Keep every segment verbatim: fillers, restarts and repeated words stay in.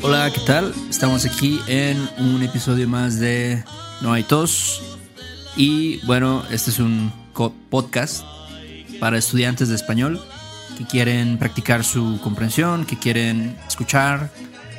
Hola, ¿qué tal? Estamos aquí en un episodio más de No hay tos. Y bueno, este es un co- podcast para estudiantes de español que quieren practicar su comprensión, que quieren escuchar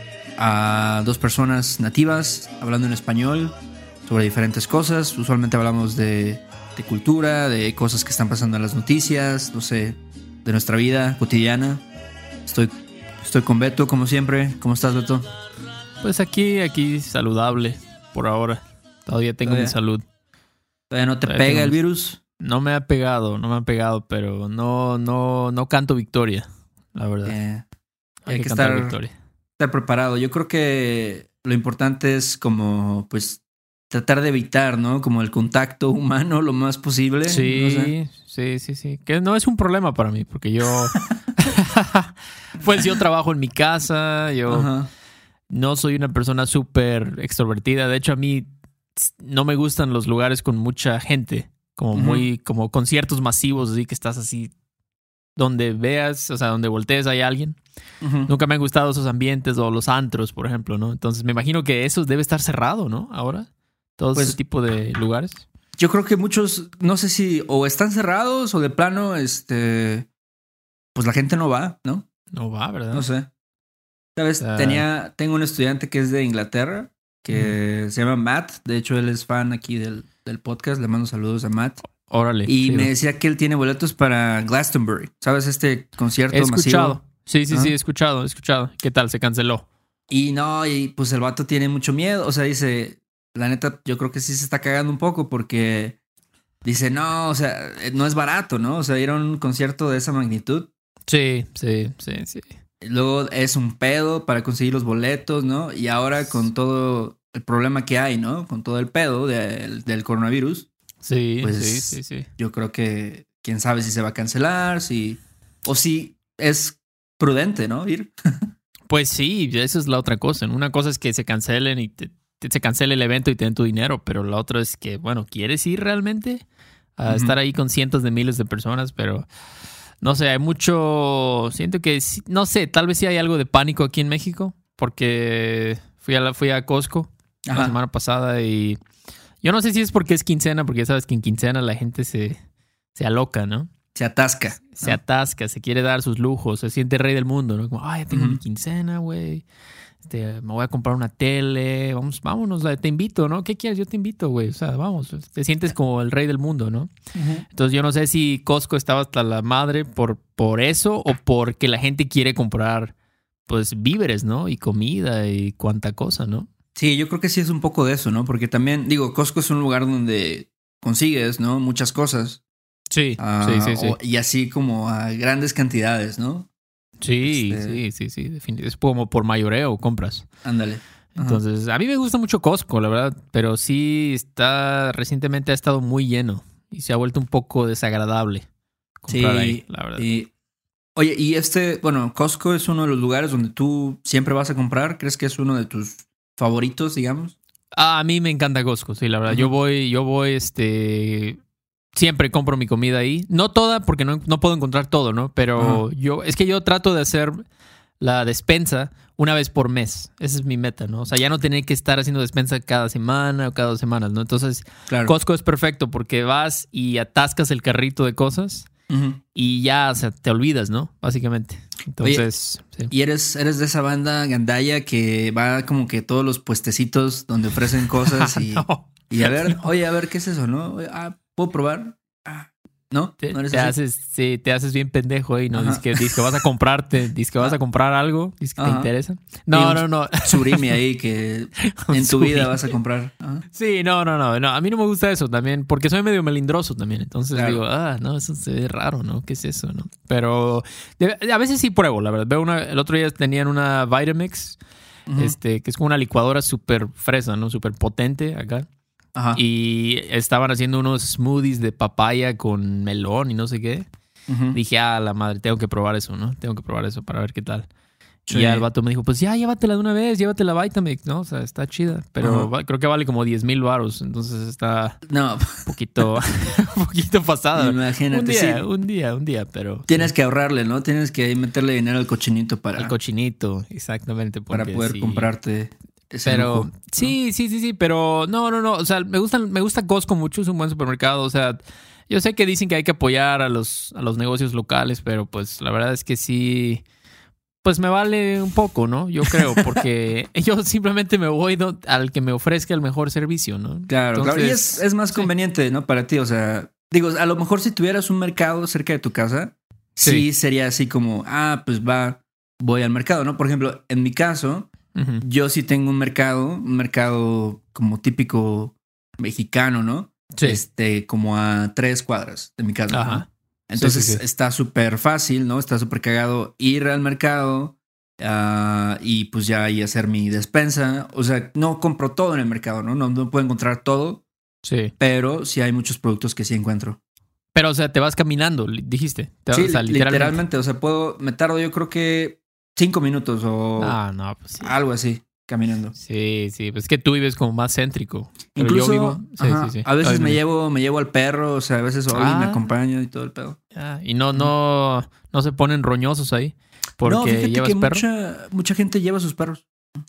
a dos personas nativas hablando en español sobre diferentes cosas. Usualmente hablamos de, de cultura, de cosas que están pasando en las noticias, no sé, de nuestra vida cotidiana. Estoy, estoy con Beto, como siempre. ¿Cómo estás, Beto? Pues aquí, aquí saludable por ahora. Todavía tengo ¿Todavía? mi salud. ¿Todavía no te Todavía pega tengo el mi- virus? No me ha pegado, no me ha pegado, pero no, no, no canto victoria, la verdad. Eh, Hay, hay que que cantar estar, victoria. estar preparado. Yo creo que lo importante es como, pues, tratar de evitar, ¿no? Como el contacto humano lo más posible. No sé. Sí, sí, sí, sí. Que no es un problema para mí, porque yo... Pues yo trabajo en mi casa, yo Ajá. no soy una persona súper extrovertida. De hecho, a mí no me gustan los lugares con mucha gente, como Ujú. muy, como conciertos masivos, así que estás así, donde veas, o sea, donde voltees hay alguien. Ujú. Nunca me han gustado esos ambientes o los antros, por ejemplo, ¿no? Entonces me imagino que eso debe estar cerrado, ¿no? Ahora, todo Pues- ese tipo de lugares. Yo creo que muchos, no sé si o están cerrados o de plano, este, pues la gente no va, ¿no? No va, ¿verdad? No sé. ¿Sabes? Ah. Tenía, tengo un estudiante que es de Inglaterra, que se llama Matt. De hecho, él es fan aquí del, del podcast. Le mando saludos a Matt. Órale. Y chido. me decía que él tiene boletos para Glastonbury. ¿Sabes? Este concierto He escuchado. masivo. Sí, sí, Ajá. sí, he escuchado, he escuchado. ¿Qué tal? Se canceló. Y no, y pues el vato tiene mucho miedo. O sea, dice, la neta, yo creo que sí se está cagando un poco porque dice, no, o sea, no es barato, ¿no? O sea, ir a un concierto de esa magnitud. Sí, sí, sí, sí. Luego es un pedo para conseguir los boletos, ¿no? Y ahora con todo el problema que hay, ¿no? Con todo el pedo del, del coronavirus, Sí, Pues- sí, sí, sí. yo creo que quién sabe si se va a cancelar, si o si es prudente, ¿no? Ir. Pues sí, eso es la otra cosa. ¿No? Una cosa es que se cancelen y te- te- se cancele el evento y te den tu dinero, pero la otra es que, bueno, ¿quieres ir realmente a Ujú. estar ahí con cientos de miles de personas? Pero no sé, hay mucho. Siento que, sí- no sé, tal vez sí hay algo de pánico aquí en México, porque fui a, la, fui a Costco la Ajá. semana pasada y yo no sé si es porque es quincena, porque ya sabes que en quincena la gente se, se aloca, ¿no? Se atasca. Se ¿no? atasca, se quiere dar sus lujos, se siente rey del mundo, ¿no? Como, ay, ya tengo Ujú. mi quincena, güey. Este, me voy a comprar una tele, vamos, vámonos, te invito, ¿no? ¿Qué quieres? Yo te invito, güey. O sea, vamos, te sientes como el rey del mundo, ¿no? Ujú. Entonces yo no sé si Costco estaba hasta la madre por, por eso o porque la gente quiere comprar, pues, víveres, ¿no? Y comida y cuánta cosa, ¿no? Sí, yo creo que sí es un poco de eso, ¿no? Porque también, digo, Costco es un lugar donde consigues, ¿no? Muchas cosas. Sí, Ah, sí, sí, sí. o- y así como a grandes cantidades, ¿no? Sí, Este- sí, sí, sí, definitivamente. Es como por mayoreo compras. Ándale. Ajá. Entonces, a mí me gusta mucho Costco, la verdad, pero sí está, recientemente ha estado muy lleno y se ha vuelto un poco desagradable comprar Sí, ahí, la verdad. y- oye, y este, bueno, Costco es uno de los lugares donde tú siempre vas a comprar. ¿Crees que es uno de tus favoritos, digamos? Ah, a mí me encanta Costco, sí, la verdad. Ajá. Yo voy, yo voy, este, siempre compro mi comida ahí. No toda, porque no, no puedo encontrar todo, ¿no? Pero yo, es que yo trato de hacer la despensa una vez por mes. Esa es mi meta, ¿no? O sea, ya no tener que estar haciendo despensa cada semana o cada dos semanas, ¿no? Entonces, Claro. Costco es perfecto porque vas y atascas el carrito de cosas Ujú. y ya, o sea, te olvidas, ¿no? Básicamente. Entonces, sí. Y eres, eres de esa banda gandaya que va como que todos los puestecitos donde ofrecen cosas y, No. y a ver, oye, a ver, ¿qué es eso, no? Oye, ah, ¿puedo probar? Ah, ¿no? Te, ¿No eres te así? haces, sí, te haces bien pendejo ahí, ¿no? Ajá. Dices que, dices que vas a comprarte, dices que vas a comprar algo, dices que te Ajá. interesa. Sí, No, un- no, no. Surimi ahí que Un en tu vida surimi. vas a comprar. Ajá. Sí, no, no, no, no. A mí no me gusta eso también, porque soy medio melindroso también. Entonces Claro. digo, ah, no, eso se ve raro, ¿no? ¿Qué es eso, no? Pero de- a veces sí pruebo, la verdad. Veo una, el otro día tenían una Vitamix, Ujú. este, que es como una licuadora súper fresa, ¿no? Súper potente acá. Ajá. Y estaban haciendo unos smoothies de papaya con melón y no sé qué. Ujú. Dije, ah, la madre, tengo que probar eso, ¿no? Tengo que probar eso para ver qué tal. Sí. Y ya el vato me dijo, pues ya, llévatela de una vez, llévatela Vitamix, ¿no? O sea, está chida. Pero uh-huh. va, creo que vale como diez mil baros. Entonces está no. un poquito, un poquito pasada. Imagínate, un día, sí. un día, un día, pero... Tienes sí. que ahorrarle, ¿no? Tienes que meterle dinero al cochinito para... Al cochinito, exactamente. Para poder sí. comprarte ese Pero lujo, ¿no? sí, sí, sí, sí. Pero no, no, no. O sea, me gusta, me gusta Costco mucho. Es un buen supermercado. O sea... Yo sé que dicen que hay que apoyar a los, a los negocios locales, pero pues la verdad es que sí, pues me vale un poco, ¿no? Yo creo, porque yo simplemente me voy do- al que me ofrezca el mejor servicio, ¿no? Claro, Entonces, claro. Y es, es más sí. conveniente, ¿no? Para ti, o sea, digo, a lo mejor si tuvieras un mercado cerca de tu casa, sí, sí sería así como, ah, pues va, voy al mercado, ¿no? Por ejemplo, en mi caso, uh-huh. yo sí tengo un mercado, un mercado como típico mexicano, ¿no? Sí. Este, como a tres cuadras de mi casa. Ajá. ¿no? Entonces sí, sí, sí. está súper fácil, ¿no? Está súper cagado ir al mercado uh, y pues ya ahí hacer mi despensa. O sea, no compro todo en el mercado, ¿no? No, no puedo encontrar todo. Sí. Pero sí hay muchos productos que sí encuentro. Pero, o sea, te vas caminando, dijiste. Te, sí, o sea, literalmente. literalmente. O sea, puedo, me tardo yo creo que cinco minutos o ah, no, pues sí. algo así. Caminando. Sí, sí, pues es que tú vives como más céntrico. Pero Incluso, yo vivo. Sí, ajá, sí, sí. A veces Ay, me me... llevo, me llevo al perro, o sea, a veces Oli ah, me acompaña y todo el pedo. Ah, y no, no, no se ponen roñosos ahí. Porque no, fíjate llevas que perro. Mucha, mucha gente lleva sus perros.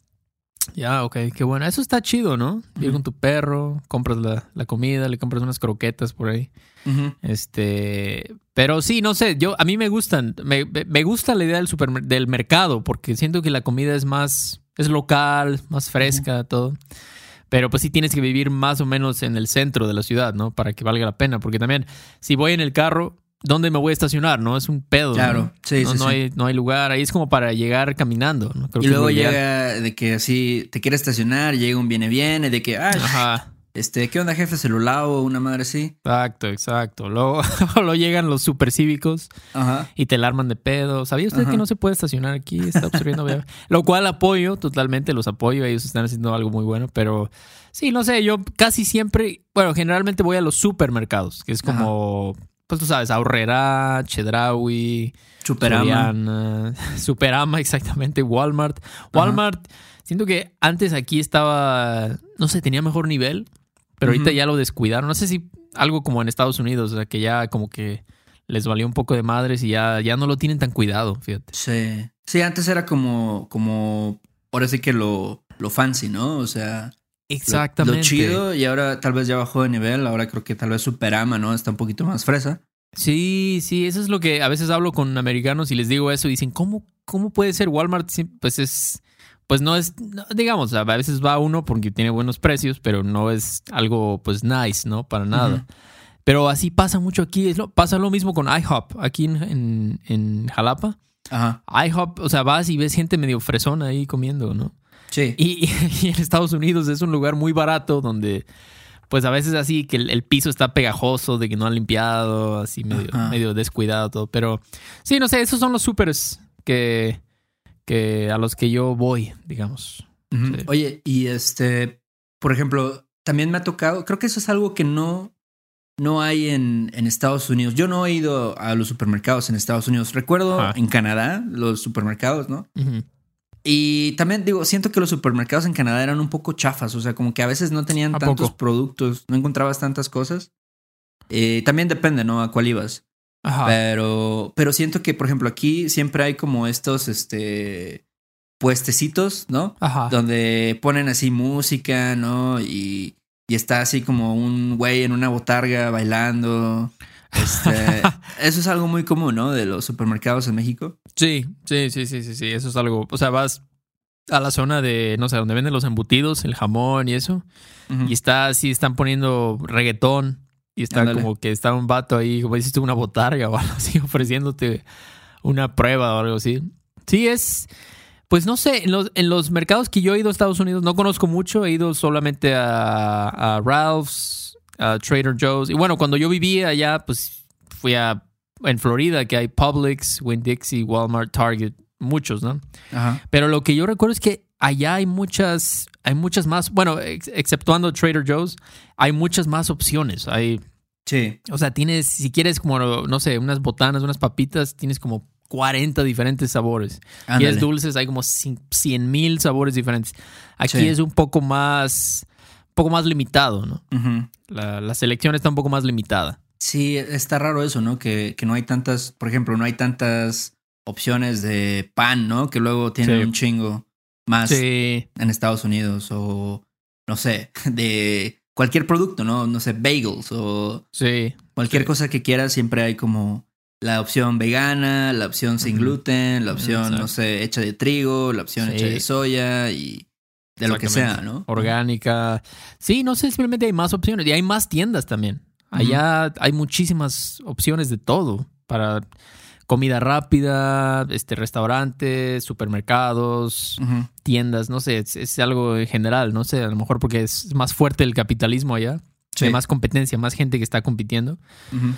Ya, ok, qué bueno. Eso está chido, ¿no? Ir uh-huh. con tu perro, compras la, la comida, le compras unas croquetas por ahí. Uh-huh. Este, pero sí, no sé, yo a mí me gustan, me, me gusta la idea del super, del mercado, porque siento que la comida es más, es local, más fresca, uh-huh. todo. Pero pues sí tienes que vivir más o menos en el centro de la ciudad, ¿no? Para que valga la pena, porque también si voy en el carro, ¿dónde me voy a estacionar? ¿No? Es un pedo. Claro, ¿no? sí, no, sí, no sí. Hay, no hay lugar. Ahí es como para llegar caminando, ¿no? Creo y que luego llega de que así te quiere estacionar, llega un viene-viene, de que, ah, ajá. este, ¿qué onda, jefe? Se lo lavo, una madre así. Exacto, exacto. Luego, luego llegan los supercívicos ajá. y te la arman de pedo. ¿Sabía usted ajá. que no se puede estacionar aquí? Está obstruyendo. Lo cual apoyo, totalmente los apoyo. Ellos están haciendo algo muy bueno, pero sí, no sé, yo casi siempre, bueno, generalmente voy a los supermercados, que es como... Ajá. Pues tú sabes, Aurrera, Chedraui, Superama. Soriana, Superama, exactamente, Walmart. Walmart, ajá. Siento que antes aquí estaba, no sé, tenía mejor nivel, pero uh-huh. ahorita ya lo descuidaron. No sé si algo como en Estados Unidos, o sea, que ya como que les valió un poco de madres y ya, ya no lo tienen tan cuidado, fíjate. Sí, sí, antes era como, como, ahora sí que lo, lo fancy, ¿no? O sea... Exactamente. Lo, lo chido y ahora tal vez ya bajó de nivel. Ahora creo que tal vez Superama, ¿no? Está un poquito más fresa. Sí, sí, eso es lo que a veces hablo con americanos y les digo eso y dicen, ¿cómo, cómo puede ser Walmart? Pues es, pues no es, no, digamos, a veces va uno porque tiene buenos precios, pero no es algo pues nice, ¿no? Para nada. Uh-huh. Pero así pasa mucho aquí. Es lo, pasa lo mismo con IHOP aquí en, en, en Jalapa. Ajá. IHOP, o sea, vas y ves gente medio fresona ahí comiendo, ¿no? Sí. Y, y en Estados Unidos es un lugar muy barato donde, pues a veces así que el, el piso está pegajoso, de que no han limpiado, así medio, medio descuidado todo. Pero sí, no sé, esos son los supers que, que a los que yo voy, digamos. Uh-huh. Sí. Oye, y este, por ejemplo, también me ha tocado, creo que eso es algo que no, no hay en, en Estados Unidos. Yo no he ido a los supermercados en Estados Unidos. Recuerdo Ajá. en Canadá los supermercados, ¿no? Uh-huh. Y también digo, siento que los supermercados en Canadá eran un poco chafas, o sea, como que a veces no tenían ¿A tantos poco? productos, no encontrabas tantas cosas. Eh, también depende, ¿no? A cuál ibas. Ajá. Pero, pero siento que, por ejemplo, aquí siempre hay como estos, este, puestecitos, ¿no? Ajá. Donde ponen así música, ¿no? Y, y está así como un güey en una botarga bailando. Este, eso es algo muy común, ¿no? De los supermercados en México. Sí, sí, sí, sí, sí, sí. Eso es algo. O sea, vas a la zona de, no sé, donde venden los embutidos, el jamón y eso. Uh-huh. Y está así, están poniendo reggaetón. Y está Ándale. Como que está un vato ahí, como dices tú, una botarga o algo así, ofreciéndote una prueba o algo así. Sí, es. Pues no sé, en los, en los mercados que yo he ido a Estados Unidos no conozco mucho. He ido solamente a, a Ralph's, a Trader Joe's. Y bueno, cuando yo vivía allá, pues fui a en Florida, que hay Publix, Winn-Dixie, Walmart, Target, muchos, ¿no? Ajá. Pero lo que yo recuerdo es que allá hay muchas, hay muchas más, bueno, ex, exceptuando Trader Joe's, hay muchas más opciones. Hay, sí. O sea, tienes, si quieres como, no sé, unas botanas, unas papitas, tienes como cuarenta diferentes sabores. Ándale. Y es dulces, hay como cien mil sabores diferentes. Aquí Sí. es un poco más, un poco más limitado, ¿no? Uh-huh. La, la selección está un poco más limitada. Sí, está raro eso, ¿no? Que, que no hay tantas, por ejemplo, no hay tantas opciones de pan, ¿no? Que luego tienen Sí. un chingo más Sí, en Estados Unidos o, no sé, de cualquier producto, ¿no? No sé, bagels o sí. cualquier Sí. cosa que quieras, siempre hay como la opción vegana, la opción sin Ujú. gluten, la opción, Exacto. no sé, hecha de trigo, la opción Sí. hecha de soya y de lo que sea, Exactamente. ¿no? Orgánica. Sí, no sé, simplemente hay más opciones. Y hay más tiendas también. Allá hay muchísimas opciones de todo. Para comida rápida, este, restaurantes, supermercados, Ujú. tiendas. No sé, es, es algo en general. No sé, a lo mejor porque es más fuerte el capitalismo allá. Sí. Hay más competencia, más gente que está compitiendo. Ujú.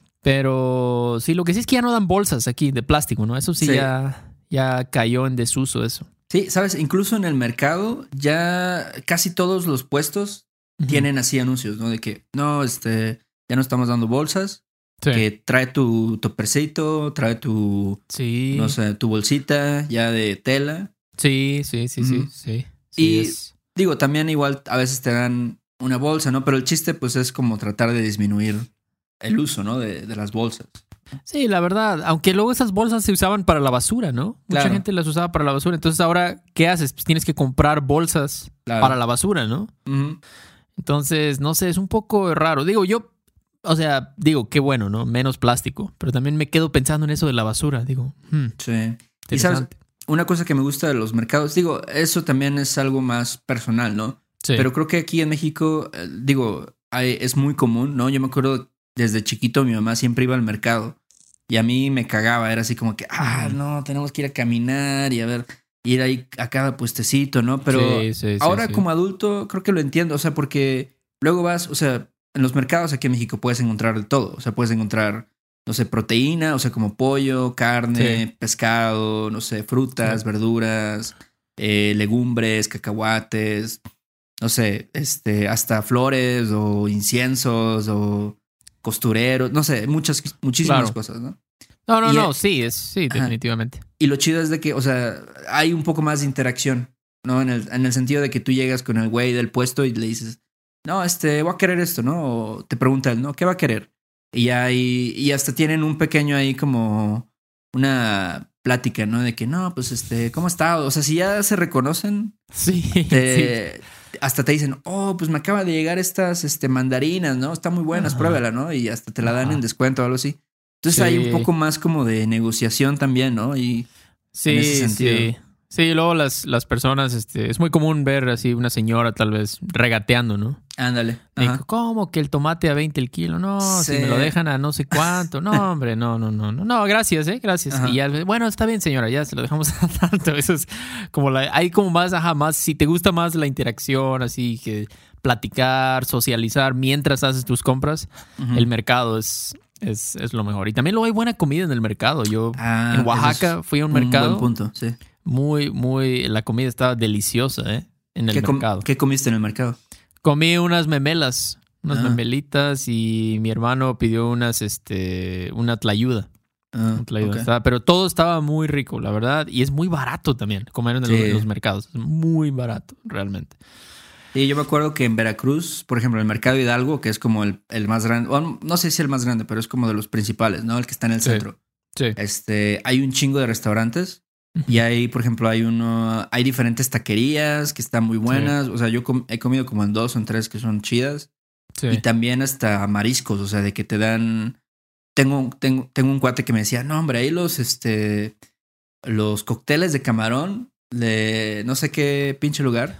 Pero sí, lo que sí es que ya no dan bolsas aquí de plástico, ¿no? Eso sí, Sí. Ya, ya cayó en desuso eso. Sí, sabes, incluso en el mercado ya casi todos los puestos Ujú. tienen así anuncios, ¿no? De que no, este, ya no estamos dando bolsas, Sí. que trae tu topercito, trae tu, Sí. no sé, tu bolsita ya de tela. Sí, sí, sí, sí, Ujú. sí. Sí, Y es- digo, también igual a veces te dan una bolsa, ¿no? Pero el chiste pues es como tratar de disminuir el uso, ¿no? De, de las bolsas. sí, la verdad. Aunque luego esas bolsas se usaban para la basura, ¿no? Mucha Claro. gente las usaba para la basura. Entonces ahora, ¿qué haces? Pues tienes que comprar bolsas Claro. para la basura, ¿no? Ujú. Entonces, no sé, es un poco raro. Digo, yo, o sea, digo, qué bueno, ¿no? Menos plástico. Pero también me quedo pensando en eso de la basura. Digo, hmm, Sí. Y sabes, interesante. una cosa que me gusta de los mercados, digo, eso también es algo más personal, ¿no? Sí. Pero creo que aquí en México, eh, digo, hay- es muy común, ¿no? Yo me acuerdo desde chiquito mi mamá siempre iba al mercado y a mí me cagaba, era así como que, ah, Ujú. no, tenemos que ir a caminar y a ver, ir ahí a cada puestecito, ¿no? Pero Sí, sí, sí, ahora sí. como adulto creo que lo entiendo, o sea, porque luego vas, o sea, en los mercados aquí en México puedes encontrar de todo, o sea, puedes encontrar, no sé, proteína, o sea, como pollo, carne, Sí. pescado, no sé, frutas, Sí. verduras, eh, legumbres, cacahuates, no sé, este, hasta flores o inciensos o costureros, no sé, muchas, muchísimas Claro. cosas, ¿no? No, no, Y, no, eh, sí, es, sí, ajá. definitivamente. Y lo chido es de que, o sea, hay un poco más de interacción, ¿no? En el, en el sentido de que tú llegas con el güey del puesto y le dices, no, este, voy a querer esto, ¿no? O te pregunta él, ¿no? ¿Qué va a querer? Y ya y, y hasta tienen un pequeño ahí como una plática, ¿no? De que, no, pues este, ¿cómo está? O sea, si ya se reconocen, Sí, sí. te- hasta te dicen, oh, pues me acaba de llegar estas este, mandarinas, ¿no? Están muy buenas, Ajá. pruébala, ¿no? Y hasta te la dan Ajá. en descuento o algo así. Entonces Sí. hay un poco más como de negociación también, ¿no? Y Sí, en ese sentido. sí. Sí, luego las, las personas, este, es muy común ver así una señora tal vez regateando, ¿no? Ándale. Y Ajá. digo, ¿cómo que el tomate a veinte el kilo? No, Sí. si me lo dejan a no sé cuánto. No, hombre, no, no, no, no. No, gracias, eh, gracias. Ajá. Y ya, bueno, está bien, señora, ya se lo dejamos a tanto. Eso es como la, hay como más, ajá, más, si te gusta más la interacción, así que platicar, socializar mientras haces tus compras, Ujú. el mercado es, es, es lo mejor. Y también luego hay buena comida en el mercado. Yo Ah, en eso Oaxaca es fui a un un mercado. buen punto, sí. Muy, muy, la comida estaba deliciosa, ¿eh? En el ¿Qué, com- mercado. ¿Qué comiste en el mercado? Comí unas memelas, unas Ah. memelitas y mi hermano pidió unas, este, una tlayuda. Ah, una tlayuda. ok. Estaba- pero todo estaba muy rico, la verdad. Y es muy barato también comer en, el- Sí. en los mercados. Es muy barato, realmente. Sí, yo me acuerdo que en Veracruz, por ejemplo, el Mercado Hidalgo, que es como el, el más grande, o no sé si el más grande, pero es como de los principales, ¿no? El que está en el Sí. centro. Sí. Este, hay un chingo de restaurantes Ujú. y hay, por ejemplo, hay uno, hay diferentes taquerías que están muy buenas. O sea, yo com- he comido como en dos o en tres que son chidas. Sí. Y también hasta mariscos, o sea, de que te dan. Tengo, tengo, tengo un cuate que me decía, no, hombre, ahí los, este, los cócteles de camarón de no sé qué pinche lugar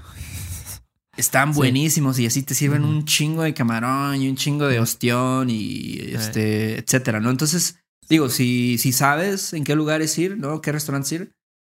están Sí. buenísimos y así te sirven Ujú. un chingo de camarón y un chingo de ostión y este, etcétera, ¿no? Entonces, digo, si, si sabes en qué lugares ir, ¿no? ¿Qué restaurantes ir?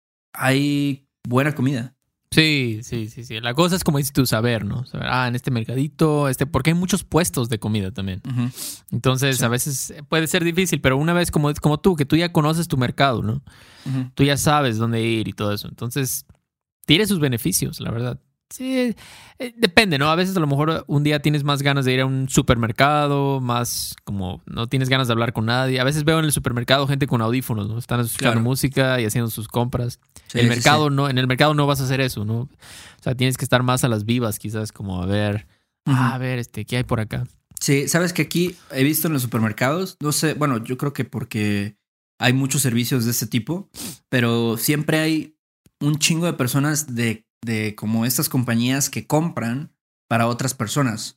Hay buena comida. Sí, sí, sí, sí. La cosa es como dices tú, saber, ¿no? Saber, ah, en este mercadito, este, porque hay muchos puestos de comida también. Ujú. Entonces, Sí. a veces puede ser difícil, pero una vez como, como tú, que tú ya conoces tu mercado, ¿no? Ujú. Tú ya sabes dónde ir y todo eso. Entonces, tiene sus beneficios, la verdad. Sí, eh, depende, ¿no? A veces a lo mejor un día tienes más ganas de ir a un supermercado, más como no tienes ganas de hablar con nadie. A veces veo en el supermercado gente con audífonos, ¿no? Están escuchando Claro. música y haciendo sus compras. Sí, el sí, mercado sí. no, en el mercado no vas a hacer eso, ¿no? O sea, tienes que estar más a las vivas, quizás, como a ver, Ujú. ah, a ver, este, ¿qué hay por acá? Sí, sabes que aquí he visto en los supermercados, no sé, bueno, yo creo que porque hay muchos servicios de este tipo, pero siempre hay un chingo de personas de, de como estas compañías que compran para otras personas.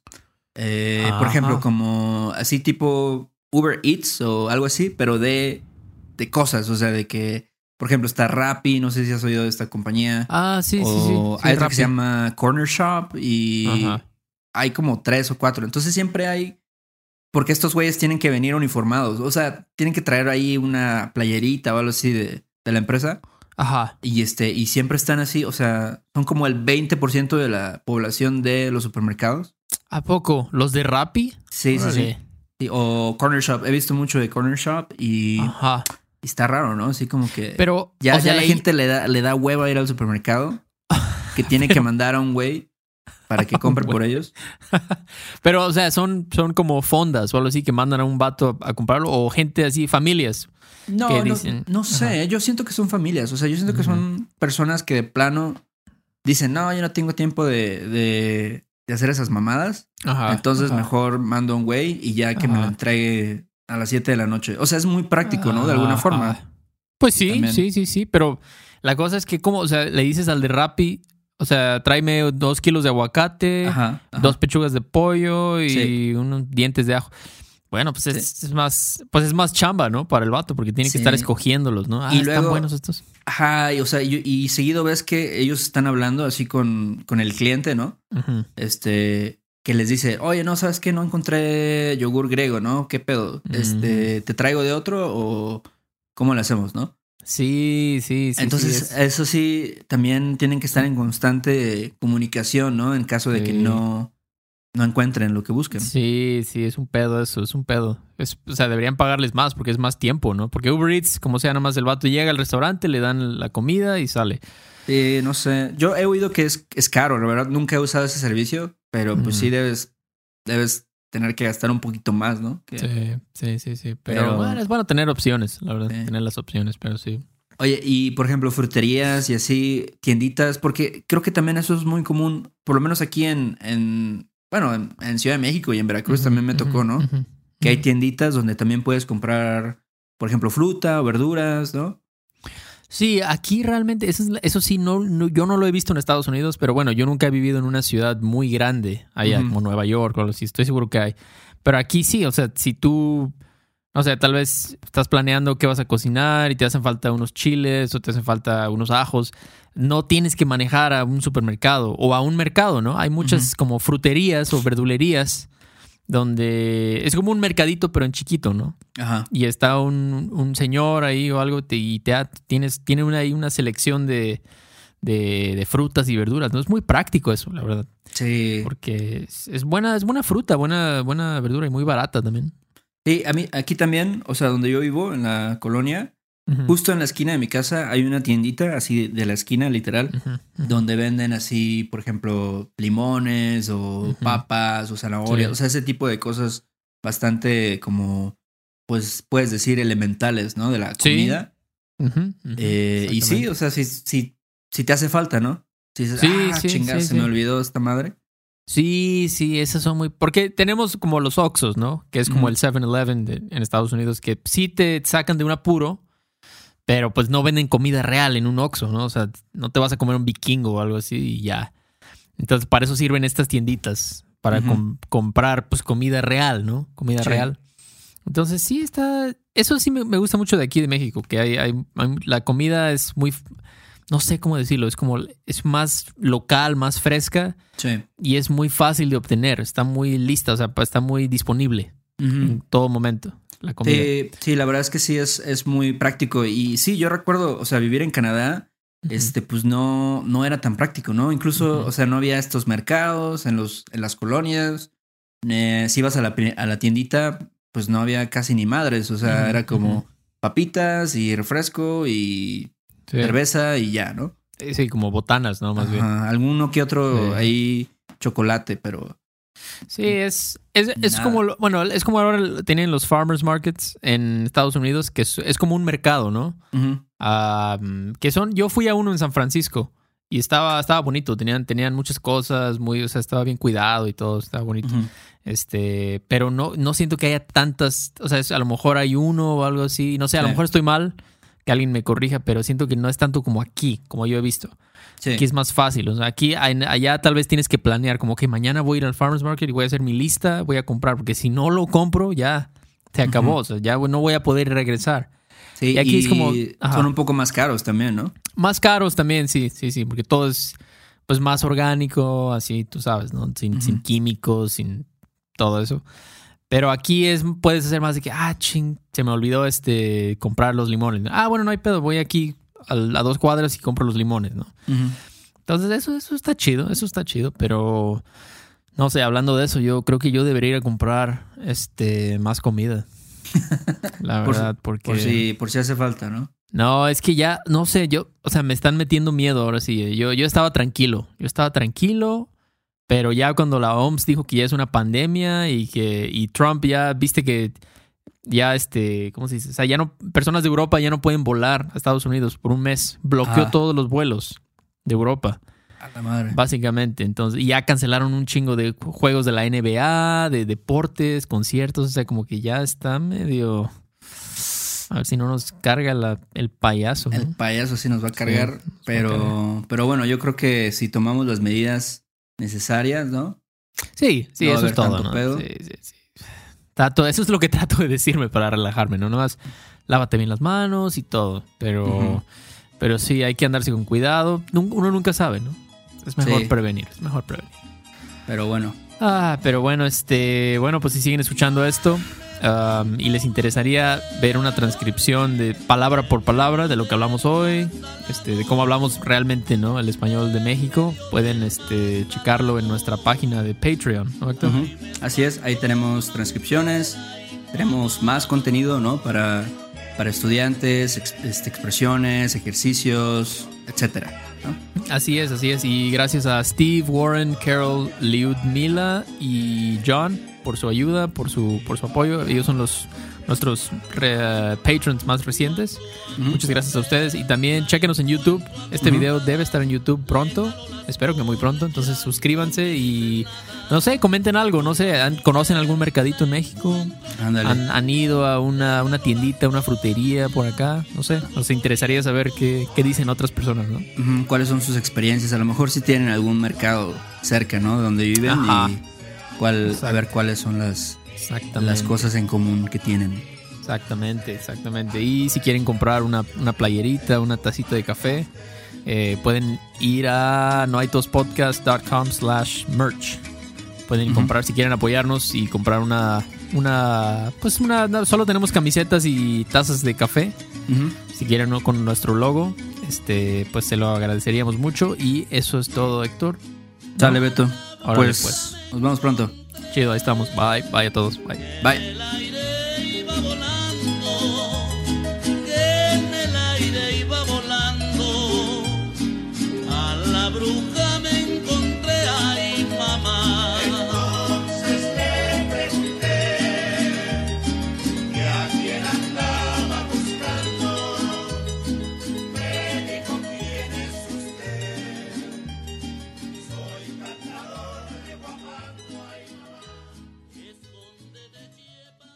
Eh, por Ajá. ejemplo, como así tipo Uber Eats o algo así, pero de, de cosas, o sea, de que, por ejemplo, está Rappi, no sé si has oído de esta compañía, Ah, sí, sí, sí. o sí, hay otra Rappi. que se llama Corner Shop y Ajá. hay como tres o cuatro. Entonces siempre hay, porque estos güeyes tienen que venir uniformados, o sea, tienen que traer ahí una playerita o algo así de, de la empresa. Ajá. Y este, y siempre están así, o sea, son como el veinte por ciento de la población de los supermercados. ¿A poco? ¿Los de Rappi? Sí, sí, sí. Órale. Sí, o Corner Shop. He visto mucho de Corner Shop y, Ajá. y está raro, ¿no? Así como que Pero, ya, o sea, ya la ahí- gente le da, le da hueva a ir al supermercado, que tiene que mandar a un güey para que compre por ellos. Pero, o sea, son, son como fondas o algo así que mandan a un vato a, a comprarlo o gente así, familias. No, ¿Qué no, dicen? no sé. Yo siento que son familias. O sea, yo siento que son personas que de plano dicen, no, yo no tengo tiempo de, de, de hacer esas mamadas. Ajá. Entonces ajá. mejor mando a un güey y ya que me lo Ajá. entregue a las siete de la noche. O sea, es muy práctico, ¿no? De alguna Ajá. forma. Pues sí, También. sí, sí, sí. Pero la cosa es que, como, o sea, le dices al de Rappi, o sea, tráeme dos kilos de aguacate, Ajá, ajá. dos pechugas de pollo y Sí. unos dientes de ajo. Bueno, pues es, Sí. es más, pues es más chamba, ¿no? Para el vato, porque tiene que Sí. estar escogiéndolos, ¿no? Ah, Y están luego- buenos estos. Ajá, y, o sea, y, y seguido ves que ellos están hablando así con, con el cliente, ¿no? Ujú. Este, que les dice, oye, no, ¿sabes qué? No encontré yogur griego, ¿no? ¿Qué pedo? Este, ¿te traigo de otro o cómo lo hacemos, no? Sí, sí, sí. Entonces, sí, es- eso sí, también tienen que estar en constante comunicación, ¿no? En caso de que Sí. no, no encuentren lo que busquen. Sí, sí, es un pedo eso, es un pedo. Es, o sea, deberían pagarles más porque es más tiempo, ¿no? Porque Uber Eats, como sea, nada más el vato llega al restaurante, le dan la comida y sale. Sí, no sé. Yo he oído que es, es caro, la verdad. Nunca he usado ese servicio, pero pues Ujú. sí debes, debes tener que gastar un poquito más, ¿no? Que- Sí, sí, sí, sí. Pero, Pero- bueno, es bueno tener opciones, la verdad, Sí. tener las opciones, pero sí. Oye, y por ejemplo, fruterías y así, tienditas, porque creo que también eso es muy común, por lo menos aquí en, en bueno, en, en Ciudad de México y en Veracruz Ujú, también me ujú, tocó, ¿no? ujú, Que hay ujú. tienditas donde también puedes comprar, por ejemplo, fruta o verduras, ¿no? Sí, aquí realmente, eso, es la- eso sí, no, no- yo no lo he visto en Estados Unidos, pero bueno, yo nunca he vivido en una ciudad muy grande allá, Ujú. como Nueva York o algo así, estoy seguro que hay. Pero aquí sí, o sea, si tú, no sé, tal vez estás planeando qué vas a cocinar y te hacen falta unos chiles o te hacen falta unos ajos, no tienes que manejar a un supermercado o a un mercado, ¿no? Hay muchas Ujú. como fruterías o verdulerías donde es como un mercadito pero en chiquito, ¿no? Ajá. Y está un, un señor ahí o algo te, y te ha- tienes, tiene una, ahí una selección de, de, de frutas y verduras. No es muy práctico eso, la verdad. Sí. Porque es, es buena, es buena fruta, buena, buena verdura y muy barata también. Sí, a mí, aquí también, o sea, donde yo vivo, en la colonia, Ujú, justo en la esquina de mi casa hay una tiendita así de la esquina, literal, ujú, ujú. donde venden así, por ejemplo, limones o Ujú. papas o zanahorias, Sí. o sea, ese tipo de cosas bastante como, pues puedes decir, elementales, ¿no? De la Sí. comida. Ujú, ujú, Eh, y sí, exactamente. o sea, si, si, si te hace falta, ¿no? Si dices, Sí, ah, sí, chingada, sí, se me sí. olvidó esta madre. Sí, sí, esas son muy... Porque tenemos como los Oxxos, ¿no? Que es como Ujú. el seven eleven de- en Estados Unidos, que sí te sacan de un apuro, pero pues no venden comida real en un Oxxo, ¿no? O sea, no te vas a comer un vikingo o algo así y ya. Entonces, para eso sirven estas tienditas, para Ujú. com- comprar pues comida real, ¿no? Comida Sí. real. Entonces, sí está... Eso sí me, me gusta mucho de aquí de México, que hay, hay, hay- la comida es muy... No sé cómo decirlo, es como... Es más local, más fresca Sí. y es muy fácil de obtener. Está muy lista, o sea, está muy disponible Ujú. en todo momento la comida. Sí, sí, la verdad es que sí es, es muy práctico. Y sí, yo recuerdo, o sea, vivir en Canadá, Ujú. este, pues no, no era tan práctico, ¿no? Incluso, Ujú. o sea, no había estos mercados en los, en las colonias. Eh, si ibas a la, pri- a la tiendita, pues no había casi ni madres. O sea, Ujú, era como ujú. papitas y refresco y Sí. cerveza y ya, ¿no? Sí, como botanas, ¿no? Más Ajá, bien. alguno que otro Sí. ahí chocolate, pero Sí, es, es, es Nada. como, lo- bueno, es como ahora tienen los farmers markets en Estados Unidos, que es, es como un mercado, ¿no? ujú. Ah, mm, que son, yo fui a uno en San Francisco y estaba, estaba bonito, tenían, tenían muchas cosas, muy, o sea, estaba bien cuidado y todo, estaba bonito. Ujú. Este, pero no, no siento que haya tantas, o sea, es- a lo mejor hay uno o algo así, no sé, a lo Sí. mejor estoy mal, que alguien me corrija, pero siento que no es tanto como aquí, como yo he visto. Sí. Aquí es más fácil, o sea, aquí, en- allá tal vez tienes que planear, como que mañana voy a ir al farmers market y voy a hacer mi lista, voy a comprar, porque si no lo compro, ya se acabó, Ujú. o sea, ya no voy a poder regresar. Sí, Y aquí y es como- ajá. son un poco más caros también, ¿no? Más caros también, sí, sí, sí, porque todo es pues más orgánico, así, tú sabes, ¿no? Sin, Ujú. sin químicos, sin todo eso. Pero aquí es, puedes hacer más de que, ah, ching, se me olvidó este comprar los limones. Ah, bueno, no hay pedo, voy aquí a, a dos cuadras y compro los limones, ¿no? Ujú. Entonces eso, eso está chido, eso está chido, pero no sé, hablando de eso, yo creo que yo debería ir a comprar este más comida. La Por si- verdad, porque... Por si, por si hace falta, ¿no? No, es que ya, no sé, yo, o sea, me están metiendo miedo ahora sí. Yo, yo estaba tranquilo, yo estaba tranquilo, pero ya cuando la O M S dijo que ya es una pandemia y que y Trump ya, viste que ya este, ¿cómo se dice? O sea, ya no, personas de Europa ya no pueden volar a Estados Unidos por un mes. Bloqueó Ah. todos los vuelos de Europa, A la madre. básicamente. Entonces, y ya cancelaron un chingo de juegos de la N B A, de deportes, conciertos, o sea, como que ya está medio... A ver si no nos carga la, el payaso, ¿no? El payaso sí nos va a cargar, Sí, nos va a pero, cargar. pero bueno, yo creo que si tomamos las medidas necesarias, ¿no? Sí, sí, No va a eso es haber todo, tanto ¿no? pedo. Sí, sí, sí. Trato- eso es lo que trato de decirme para relajarme, ¿no? Nomás lávate bien las manos y todo. Pero, Ujú. pero sí, hay que andarse con cuidado. Nun- Uno nunca sabe, ¿no? Es mejor Sí. prevenir, es mejor prevenir. Pero bueno, Ah, pero bueno, este, bueno, pues si siguen escuchando esto um, y les interesaría ver una transcripción de palabra por palabra de lo que hablamos hoy, este, de cómo hablamos realmente, ¿no? El español de México, pueden, este, checarlo en nuestra página de Patreon, ¿no, Héctor? ujú. Así es, ahí tenemos transcripciones, tenemos más contenido, ¿no? Para, para estudiantes, ex- este, expresiones, ejercicios, etcétera, ¿no? Así es, así es. Y gracias a Steve, Warren, Carol, Lyudmila y John por su ayuda, por su, por su apoyo. Ellos son los nuestros re- patrons más recientes. Ujú. Muchas gracias a ustedes. Y también chéquenos en YouTube. Este Ujú. video debe estar en YouTube pronto. Espero que muy pronto. Entonces suscríbanse y no sé, comenten algo. No sé, ¿han- ¿conocen algún mercadito en México? Ándale. ¿Han, han ido a una, una tiendita, una frutería por acá? No sé, nos interesaría saber qué, qué dicen otras personas, ¿no? Ujú, ¿cuáles son sus experiencias? A lo mejor si tienen algún mercado cerca, ¿no? De donde viven Ajá. y cuál, a Exacto. ver cuáles son las, Exactamente. las cosas en común que tienen. Exactamente, exactamente. Y si quieren comprar una, una playerita, una tacita de café, eh, pueden ir a noaitospodcast punto com slash merch. Pueden Ujú. comprar, si quieren apoyarnos y comprar una, una, pues una, no, solo tenemos camisetas y tazas de café. Ujú. Si quieren uno con nuestro logo, este, pues se lo agradeceríamos mucho. Y eso es todo, Héctor. Sale, Beto. Órale, Pues, pues. nos vemos pronto. Chido, ahí estamos. Bye, bye a todos. Bye. Bye. El aire iba volando, que en el aire iba volando. A la bruja me encontré, ay mamá. Entonces le pregunté que a quién andaba buscando. Me dijo, ¿quién es usted? Soy cantador de Guapango, ay mamá. Esconde de lleva.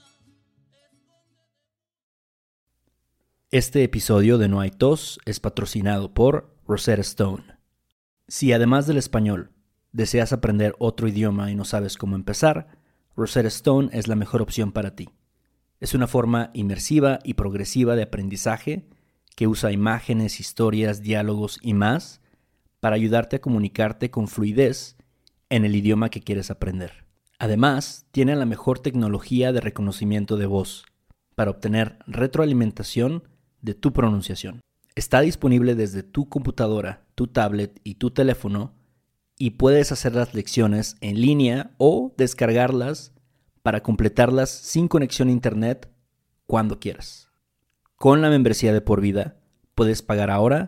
Este episodio de No hay tos es patrocinado por Rosetta Stone. Si además del español deseas aprender otro idioma y no sabes cómo empezar, Rosetta Stone es la mejor opción para ti. Es una forma inmersiva y progresiva de aprendizaje que usa imágenes, historias, diálogos y más para ayudarte a comunicarte con fluidez en el idioma que quieres aprender. Además, tiene la mejor tecnología de reconocimiento de voz para obtener retroalimentación de tu pronunciación. Está disponible desde tu computadora, tu tablet y tu teléfono y puedes hacer las lecciones en línea o descargarlas para completarlas sin conexión a internet cuando quieras. Con la membresía de por vida puedes pagar ahora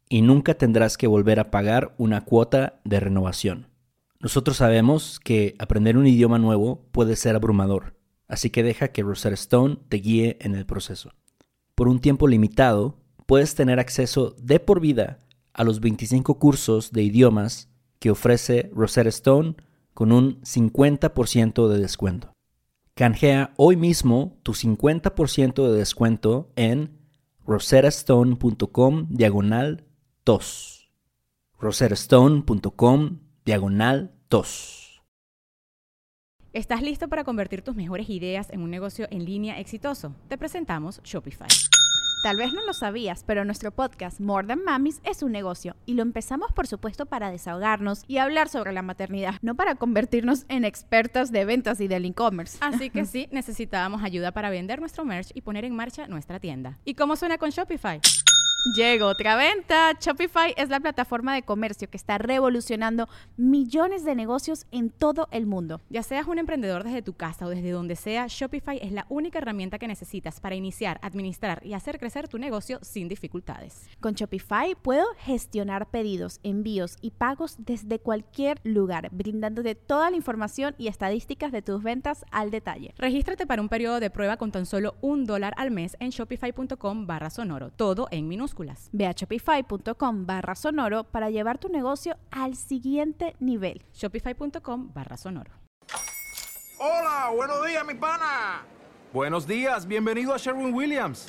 y nunca tendrás que volver a pagar una cuota de renovación. Nosotros sabemos que aprender un idioma nuevo puede ser abrumador, así que deja que Rosetta Stone te guíe en el proceso. Por un tiempo limitado, puedes tener acceso de por vida a los veinticinco cursos de idiomas que ofrece Rosetta Stone con un cincuenta por ciento de descuento. Canjea hoy mismo tu cincuenta por ciento de descuento en rosettastone.com diagonal tos. rosettastone.com diagonal tos. ¿Estás listo para convertir tus mejores ideas en un negocio en línea exitoso? Te presentamos Shopify. Tal vez no lo sabías, pero nuestro podcast More Than Mamis es un negocio y lo empezamos por supuesto para desahogarnos y hablar sobre la maternidad, no para convertirnos en expertas de ventas y del e-commerce. Así que sí, necesitábamos ayuda para vender nuestro merch y poner en marcha nuestra tienda. ¿Y cómo suena con Shopify? Llegó otra venta. Shopify es la plataforma de comercio que está revolucionando millones de negocios en todo el mundo. Ya seas un emprendedor desde tu casa o desde donde sea, Shopify es la única herramienta que necesitas para iniciar, administrar y hacer crecer tu negocio sin dificultades. Con Shopify puedo gestionar pedidos, envíos y pagos desde cualquier lugar, brindándote toda la información y estadísticas de tus ventas al detalle. Regístrate para un periodo de prueba con tan solo un dólar al mes en shopify.com barra sonoro, todo en minúsculas. Ve a shopify.com barra sonoro para llevar tu negocio al siguiente nivel. Shopify.com barra sonoro. Hola, buenos días, mi pana. Buenos días, bienvenido a Sherwin-Williams.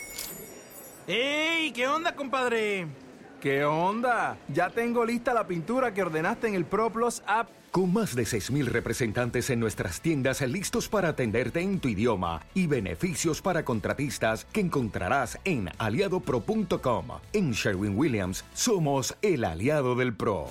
¡Ey! ¿Qué onda, compadre? ¿Qué onda? Ya tengo lista la pintura que ordenaste en el ProPlus app. Con más de seis mil representantes en nuestras tiendas listos para atenderte en tu idioma y beneficios para contratistas que encontrarás en aliado pro punto com. En Sherwin-Williams somos el aliado del pro.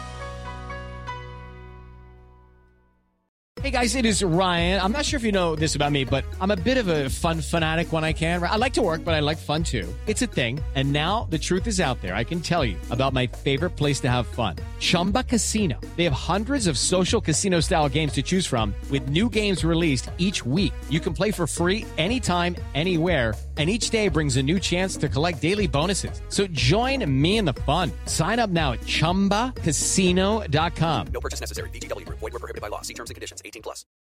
Hey guys, it is Ryan. I'm not sure if you know this about me, but I'm a bit of a fun fanatic when I can. I like to work, but I like fun too. It's a thing. And now the truth is out there. I can tell you about my favorite place to have fun. Chumba Casino. They have hundreds of social casino style games to choose from with new games released each week. You can play for free anytime, anywhere. And each day brings a new chance to collect daily bonuses. So join me in the fun. Sign up now at chumba casino dot com. No purchase necessary. V G W Group. Void where prohibited by law. See terms and conditions. eighteen plus.